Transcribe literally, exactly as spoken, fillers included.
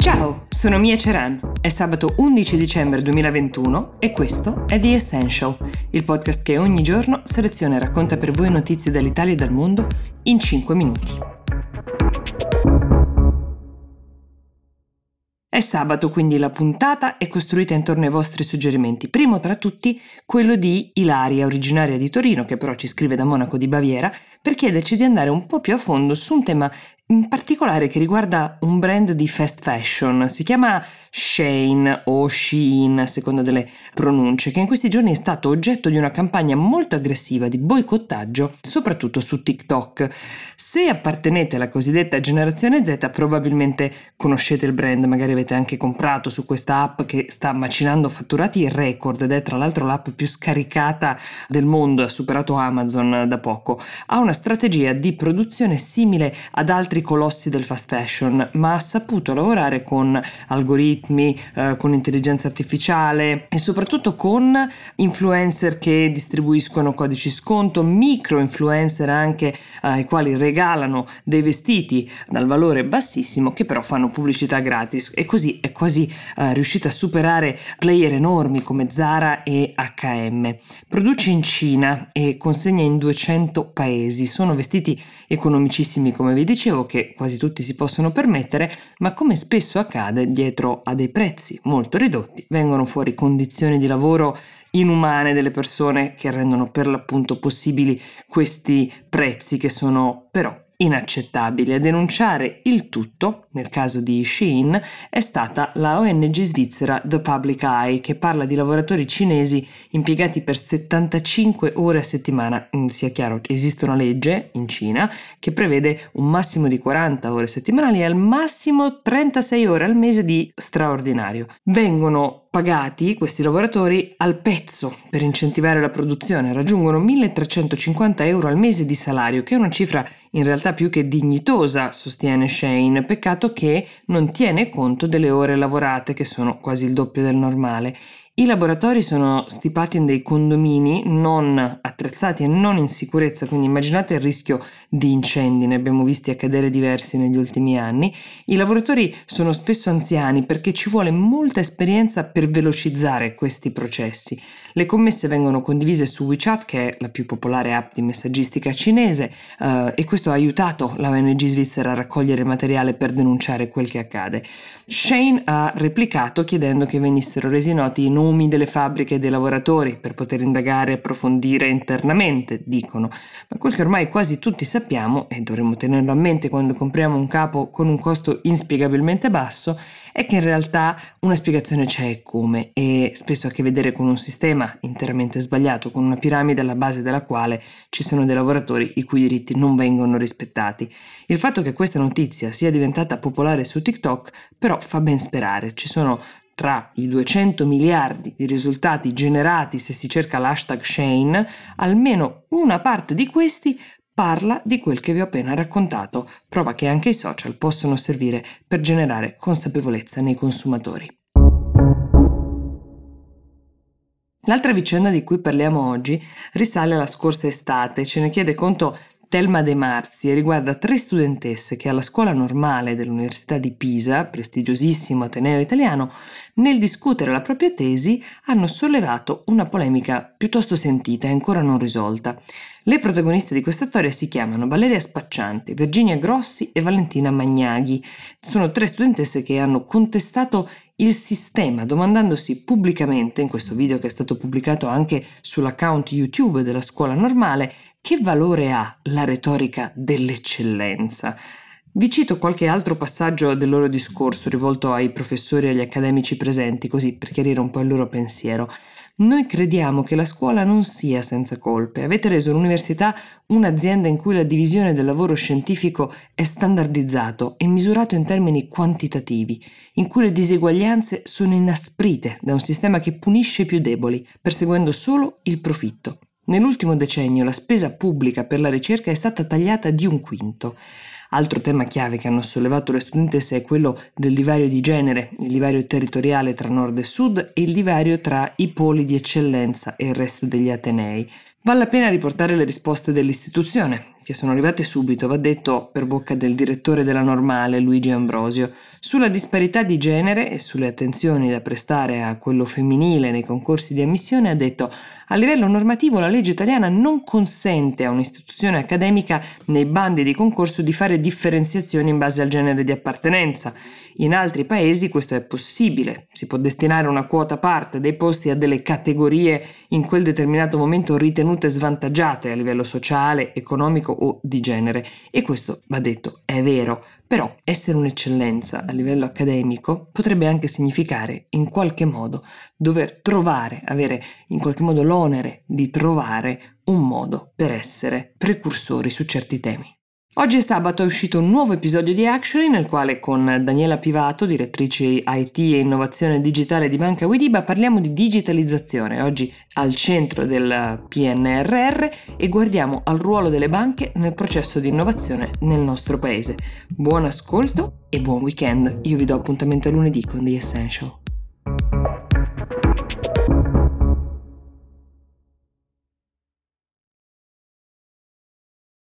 Ciao, sono Mia Ceran. È sabato undici dicembre duemilaventuno e questo è The Essential, il podcast che ogni giorno seleziona e racconta per voi notizie dall'Italia e dal mondo in cinque minuti. È sabato, quindi la puntata è costruita intorno ai vostri suggerimenti. Primo tra tutti quello di Ilaria, originaria di Torino, che però ci scrive da Monaco di Baviera, per chiederci di andare un po' più a fondo su un tema in particolare che riguarda un brand di fast fashion. Si chiama Shein o Shein, a seconda delle pronunce, che in questi giorni è stato oggetto di una campagna molto aggressiva di boicottaggio, soprattutto su TikTok. Se appartenete alla cosiddetta generazione Z, probabilmente conoscete il brand, magari avete anche comprato su questa app che sta macinando fatturati record ed è tra l'altro l'app più scaricata del mondo, ha superato Amazon da poco. Ha una strategia di produzione simile ad altri colossi del fast fashion, ma ha saputo lavorare con algoritmi, eh, con intelligenza artificiale e soprattutto con influencer che distribuiscono codici sconto, micro influencer anche eh, ai quali regalano dei vestiti dal valore bassissimo che però fanno pubblicità gratis, e così è quasi eh, riuscita a superare player enormi come Zara e acca e emme. Produce in Cina e consegna in duecento paesi. Sono vestiti economicissimi, come vi dicevo, che quasi tutti si possono permettere, ma come spesso accade, dietro a dei prezzi molto ridotti vengono fuori condizioni di lavoro inumane delle persone che rendono per l'appunto possibili questi prezzi che sono però inaccettabili. A denunciare il tutto, nel caso di Shein, è stata la O N G svizzera The Public Eye, che parla di lavoratori cinesi impiegati per settantacinque ore a settimana. Sia chiaro, esiste una legge in Cina che prevede un massimo di quaranta ore settimanali e al massimo trentasei ore al mese di straordinario. Vengono pagati questi lavoratori al pezzo per incentivare la produzione, raggiungono milletrecentocinquanta euro al mese di salario, che è una cifra in realtà più che dignitosa, sostiene Shein. Peccato che non tiene conto delle ore lavorate, che sono quasi il doppio del normale. I laboratori sono stipati in dei condomini non attrezzati e non in sicurezza, quindi immaginate il rischio di incendi, ne abbiamo visti accadere diversi negli ultimi anni. I lavoratori sono spesso anziani perché ci vuole molta esperienza per velocizzare questi processi. Le commesse vengono condivise su WeChat, che è la più popolare app di messaggistica cinese, eh, e questo ha aiutato la O N G svizzera a raccogliere materiale per denunciare quel che accade. Shein ha replicato chiedendo che venissero resi noti i nomi delle fabbriche e dei lavoratori per poter indagare e approfondire internamente, dicono. Ma quel che ormai quasi tutti sappiamo, e dovremmo tenerlo a mente quando compriamo un capo con un costo inspiegabilmente basso, è che in realtà una spiegazione c'è e come, e spesso ha a che vedere con un sistema interamente sbagliato, con una piramide alla base della quale ci sono dei lavoratori i cui diritti non vengono rispettati. Il fatto che questa notizia sia diventata popolare su TikTok però fa ben sperare. Ci sono tra i duecento miliardi di risultati generati se si cerca l'hashtag Shein, almeno una parte di questi parla di quel che vi ho appena raccontato, prova che anche i social possono servire per generare consapevolezza nei consumatori. L'altra vicenda di cui parliamo oggi risale alla scorsa estate, ce ne chiede conto Telma De Marzi e riguarda tre studentesse che alla scuola normale dell'Università di Pisa, prestigiosissimo ateneo italiano, nel discutere la propria tesi hanno sollevato una polemica piuttosto sentita e ancora non risolta. Le protagoniste di questa storia si chiamano Valeria Spaccianti, Virginia Grossi e Valentina Magnaghi. Sono tre studentesse che hanno contestato il sistema, domandandosi pubblicamente, in questo video che è stato pubblicato anche sull'account YouTube della scuola normale, che valore ha la retorica dell'eccellenza. Vi cito qualche altro passaggio del loro discorso rivolto ai professori e agli accademici presenti, così per chiarire un po' il loro pensiero. Noi crediamo che la scuola non sia senza colpe. Avete reso l'università un'azienda in cui la divisione del lavoro scientifico è standardizzato e misurato in termini quantitativi, in cui le diseguaglianze sono inasprite da un sistema che punisce i più deboli, perseguendo solo il profitto. Nell'ultimo decennio la spesa pubblica per la ricerca è stata tagliata di un quinto. Altro tema chiave che hanno sollevato le studentesse è quello del divario di genere, il divario territoriale tra nord e sud e il divario tra i poli di eccellenza e il resto degli atenei. Vale la pena riportare le risposte dell'istituzione, che sono arrivate subito, va detto per bocca del direttore della Normale, Luigi Ambrosio. Sulla disparità di genere e sulle attenzioni da prestare a quello femminile nei concorsi di ammissione ha detto: a livello normativo la legge italiana non consente a un'istituzione accademica nei bandi di concorso di fare differenziazioni in base al genere di appartenenza. In altri paesi questo è possibile, si può destinare una quota parte dei posti a delle categorie in quel determinato momento ritenute svantaggiate a livello sociale, economico o di genere, e questo, va detto, è vero. Però essere un'eccellenza a livello accademico potrebbe anche significare in qualche modo dover trovare, avere in qualche modo l'onere di trovare un modo per essere precursori su certi temi. Oggi è sabato, è uscito un nuovo episodio di Actually nel quale con Daniela Pivato, direttrice I T e innovazione digitale di Banca Widiba, parliamo di digitalizzazione, oggi al centro del P N R R, e guardiamo al ruolo delle banche nel processo di innovazione nel nostro paese. Buon ascolto e buon weekend, io vi do appuntamento a lunedì con The Essential.